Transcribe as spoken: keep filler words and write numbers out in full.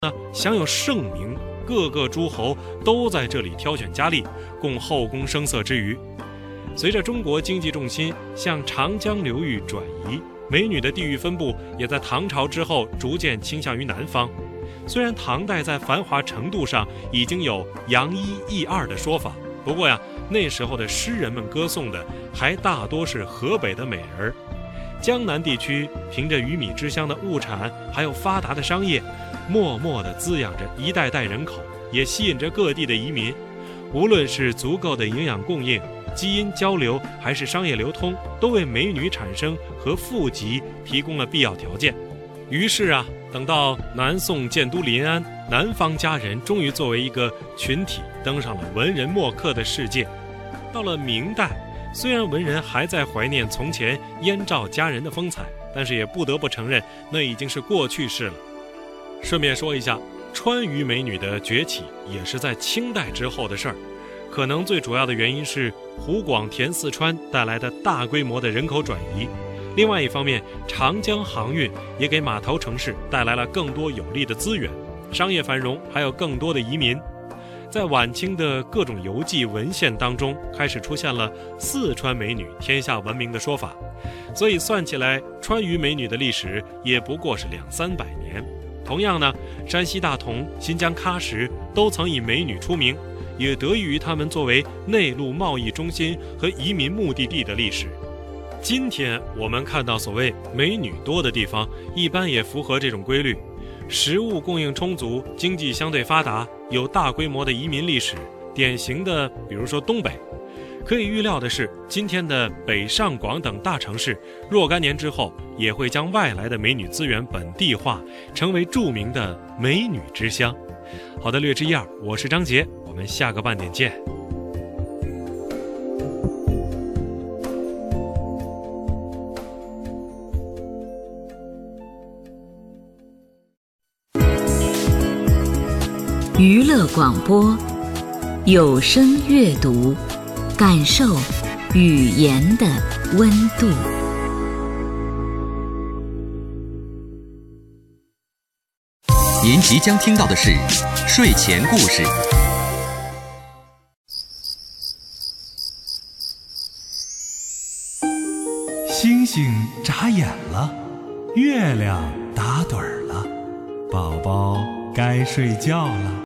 呢享有盛名，各个诸侯都在这里挑选佳丽，供后宫声色之余。随着中国经济重心向长江流域转移，美女的地域分布也在唐朝之后逐渐倾向于南方。虽然唐代在繁华程度上已经有扬一抑二的说法，不过呀，那时候的诗人们歌颂的还大多是河北的美人。江南地区凭着鱼米之乡的物产，还有发达的商业，默默地滋养着一代代人口，也吸引着各地的移民。无论是足够的营养供应、基因交流，还是商业流通，都为美女产生和富集提供了必要条件。于是啊，等到南宋建都临安，南方佳人终于作为一个群体登上了文人墨客的世界。到了明代，虽然文人还在怀念从前燕赵佳人的风采，但是也不得不承认，那已经是过去式了。顺便说一下，川渝美女的崛起也是在清代之后的事儿，可能最主要的原因是湖广填四川带来的大规模的人口转移。另外一方面，长江航运也给码头城市带来了更多有利的资源，商业繁荣，还有更多的移民。在晚清的各种游记文献当中，开始出现了四川美女天下闻名的说法，所以算起来，川渝美女的历史也不过是两三百年。同样呢，山西大同、新疆喀什都曾以美女出名，也得益于他们作为内陆贸易中心和移民目的地的历史。今天我们看到所谓美女多的地方，一般也符合这种规律，食物供应充足，经济相对发达，有大规模的移民历史，典型的比如说东北。可以预料的是，今天的北上广等大城市若干年之后也会将外来的美女资源本地化，成为著名的美女之乡。好的，略知一二，我是张杰，我们下个半点见。 娱乐广播，有声阅读，感受语言的温度。 您即将听到的是睡前故事。 星星眨眼了，月亮打盹儿了，宝宝该睡觉了。